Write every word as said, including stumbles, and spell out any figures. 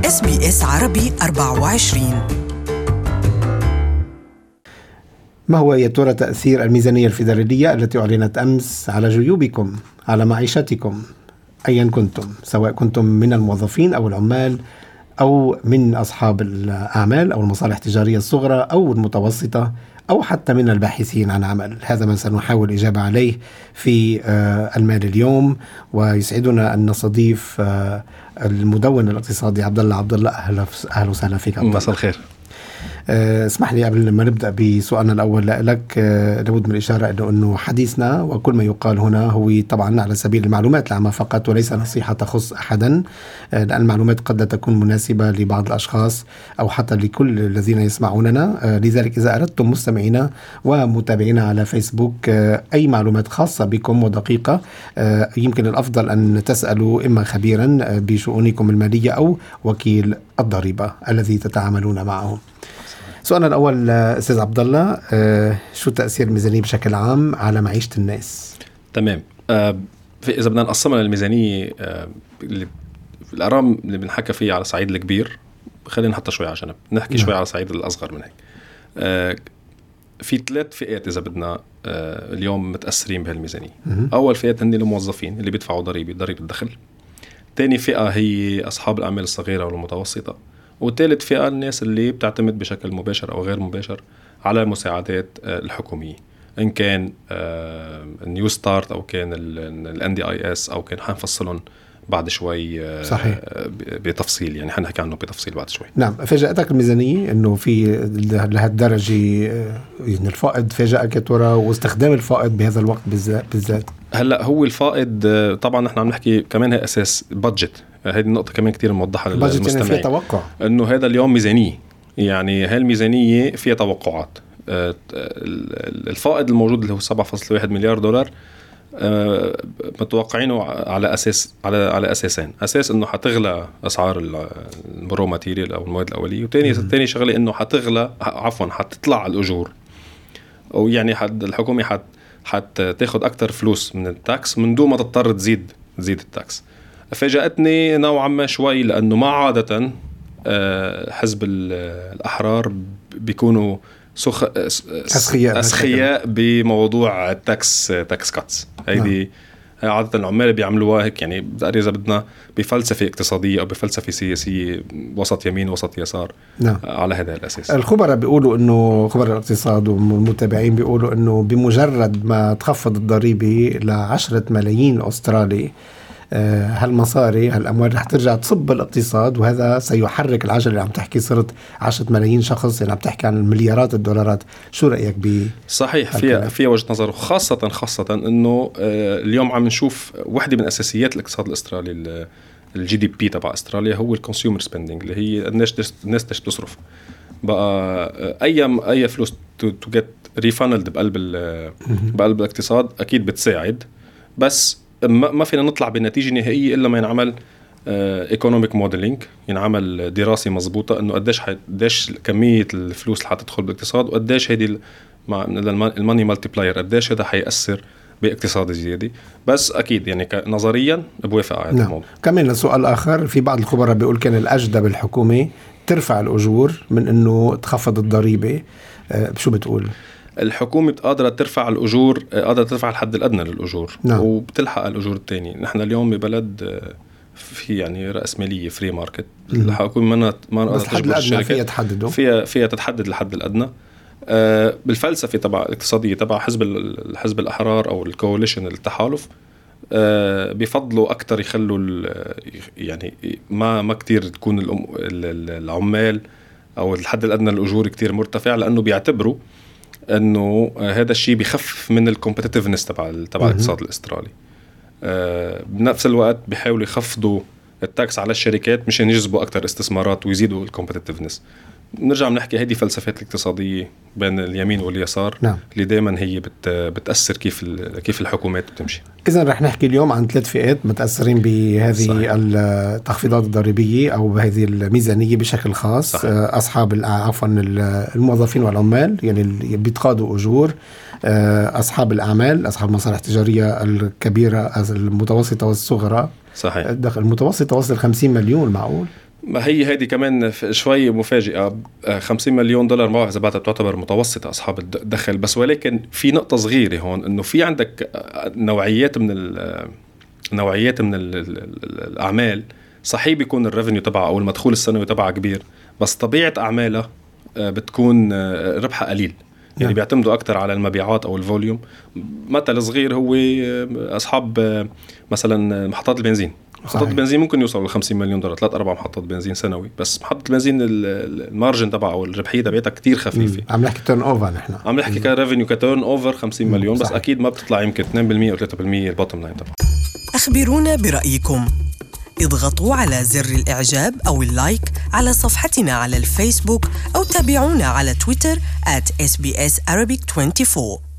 إس بي إس عربي أربعة وعشرين. ما هو يا ترى تأثير الميزانية الفيدرالية التي أعلنت أمس على جيوبكم، على معيشتكم أيا كنتم، سواء كنتم من الموظفين أو العمال أو من أصحاب الأعمال أو المصالح التجارية الصغرى أو المتوسطة أو حتى من الباحثين عن عمل؟ هذا ما سنحاول الإجابة عليه في المال اليوم، ويسعدنا أن نستضيف المدون الاقتصادي عبد الله عبد الله. أهلا وسهلا فيك. مساء الخير. اسمح لي قبل ما نبدأ بسؤالنا الأول لك، لابد من الإشارة إنه إنه حديثنا وكل ما يقال هنا هو طبعا على سبيل المعلومات العامة فقط، وليس نصيحة تخص أحدا، لأن المعلومات قد لا تكون مناسبة لبعض الأشخاص أو حتى لكل الذين يسمعوننا. لذلك إذا أردتم مستمعينا ومتابعينا على فيسبوك أي معلومات خاصة بكم ودقيقة، يمكن الأفضل أن تسألوا إما خبيرا بشؤونكم المالية أو وكيل الضريبة الذي تتعاملون معه. سؤالنا الأول أستاذ عبد الله، شو تأثير الميزانية بشكل عام على معيشة الناس؟ تمام. آه إذا بدنا نقسمها الميزانية، آه اللي الأرقام اللي بنحكي فيها على صعيد الكبير خلينا نحطها شوي على جنب، نحكي نعم. شوي على صعيد الأصغر من هيك. آه في ثلاث فئات إذا بدنا آه اليوم متأثرين بهالميزانية. م- أول فئة هن الموظفين اللي بيدفعوا ضريبة ضريبة الدخل. تاني فئة هي أصحاب الأعمال الصغيرة والمتوسطة. وثالث فئة الناس اللي بتعتمد بشكل مباشر أو غير مباشر على مساعدات الحكومية، إن كان نيو ستارت أو كان الان دي اي اس أو كان حنفصلهم بعد شوي. صحيح. بتفصيل يعني حنحكي عنه بتفصيل بعد شوي. نعم. فاجأتك الميزانية إنه في لهالدرجة يعني الفائض فاجأك يا ترى، واستخدام الفائض بهذا الوقت بالذات؟ هلا هو الفائض طبعا نحن عم نحكي كمان هي أساس بادجت، هذه النقطة كمان كتير موضحة للمستمعين. يعني فيها توقع إنه هذا اليوم ميزانية، يعني هالميزانية فيها توقعات. الفائض الموجود اللي هو سبعة فاصلة واحد مليار دولار متوقعينه على أساس على على أساسين. أساس إنه حتغلى أسعار الرو ماتيريال أو المواد الأولية، وتاني تاني شغلة إنه حتغلى عفوا حتطلع الأجور، أو يعني حد الحكومة حت حتى تاخد أكتر فلوس من التاكس من دون ما تضطر تزيد تزيد التاكس. فاجأتني نوعا ما شوي، لأنه ما عادة حزب الأحرار بيكونوا سخ... أسخياء, أسخياء بموضوع التاكس تاكس كاتس. هيدي نعم. عادة العمال بيعملوها هيك، يعني إذا بدنا بفلسفة اقتصادية أو بفلسفة سياسية وسط يمين وسط يسار. نعم. على هذا الأساس الخبراء بيقولوا إنه خبراء الاقتصاد والمتابعين بيقولوا إنه بمجرد ما تخفض الضريبة لعشرة ملايين أسترالي، هالمصاري هالأموال رح ترجع تصب الاقتصاد، وهذا سيحرك العجلة اللي عم تحكي صرت عشرة ملايين شخص، يعني عم تحكي عن مليارات الدولارات. شو رأيك ب صحيح فيها فيها وجهة نظر، خاصة خاصة إنه اليوم عم نشوف واحدة من أساسيات الاقتصاد الأسترالي الجي دي بي تبع أستراليا هو الكونسيومر سبيندينج، اللي هي الناس الناس تصرف بقى أي أي فلوس تو جيت ريفانلد بقلب بقلب الاقتصاد أكيد بتساعد، بس ما فينا نطلع بالنتيجة النهائية إلا ما ينعمل ايكونوميك موديلينج، ينعمل دراسة مزبوطة إنه قديش قديش كمية الفلوس اللي حتدخل بالاقتصاد، وقديش هيدي مع الماني مالتيبلاير قديش هذا حيأثر باقتصاد زيادة. بس أكيد يعني نظريا بوافق على هذا الموضوع. كمان سؤال آخر، في بعض الخبراء بيقول كان الأجدى بالحكومة ترفع الأجور من إنه تخفض الضريبة. شو بتقول؟ الحكومة قادرة ترفع الأجور، قادرة ترفع الحد الأدنى للأجور. نعم. وبتلحق الأجور التانية. نحن اليوم ببلد في يعني رأسمالية فري ماركت، الحكومة ما ما قادرة تجبر الشركات، فيها تحدده فيها فيها تتحدد الحد الأدنى. آه بالفلسفة تبع الاقتصادية تبع حزب الحزب الأحرار أو الكواليشن التحالف، آه بيفضلوا أكتر يخلوا يعني ما ما كتير تكون العمال أو الحد الأدنى للأجور كتير مرتفع، لأنه بيعتبروا انه هذا الشيء بيخفف من الكومبيتيتيفنس تبع تبع الاقتصاد الاسترالي. أه بنفس الوقت بيحاولوا يخفضوا التاكس على الشركات مشان يجذبوا اكثر استثمارات ويزيدوا الكومبيتيتيفنس. نرجع بنحكي هذه فلسفات الاقتصاديه بين اليمين واليسار. نعم. اللي دائما هي بت بتاثر كيف كيف الحكومات بتمشي. اذا رح نحكي اليوم عن ثلاث فئات متاثرين بهذه صحيح. التخفيضات الضريبيه او بهذه الميزانيه بشكل خاص. صحيح. اصحاب عفوا الموظفين والعمال يعني اللي بيتقاضوا اجور، اصحاب الاعمال، اصحاب المصالح التجاريه الكبيره المتوسطه والصغرى. صحيح. الدخل المتوسط وصل خمسين مليون، معقول؟ ما هي هذه كمان شوي مفاجئة. خمسين مليون دولار ما إذا بعدها تعتبر متوسطة أصحاب الدخل، بس ولكن في نقطة صغيرة هون، إنه في عندك نوعيات من نوعيات من الأعمال صحيح بيكون الريفينيو تبعها أو المدخول السنوي تبعها كبير، بس طبيعة أعمالها بتكون ربحها قليل، يعني نعم. بيعتمدوا أكتر على المبيعات أو الفوليوم. مثل صغير هو أصحاب مثلا محطات البنزين. محطات البنزين ممكن يوصلوا ل خمسين مليون دولار، ثلاث أربع محطات بنزين سنوي، بس محطة البنزين المارجن تبعها أو الربحية تبعتها كتير خفيفة. عم نحكي تيرن أوفر، نحن عم نحكي كريفينيو كتيرن أوفر خمسين مليون، بس أكيد ما بتطلع يمكن اثنين بالمئة أو ثلاثة بالمئة البوتم لاين تبعها. أخبرونا برأيكم، اضغطوا على زر الإعجاب أو اللايك على صفحتنا على الفيسبوك، أو تابعونا على تويتر آت إس بي إس Arabic أربعة وعشرين.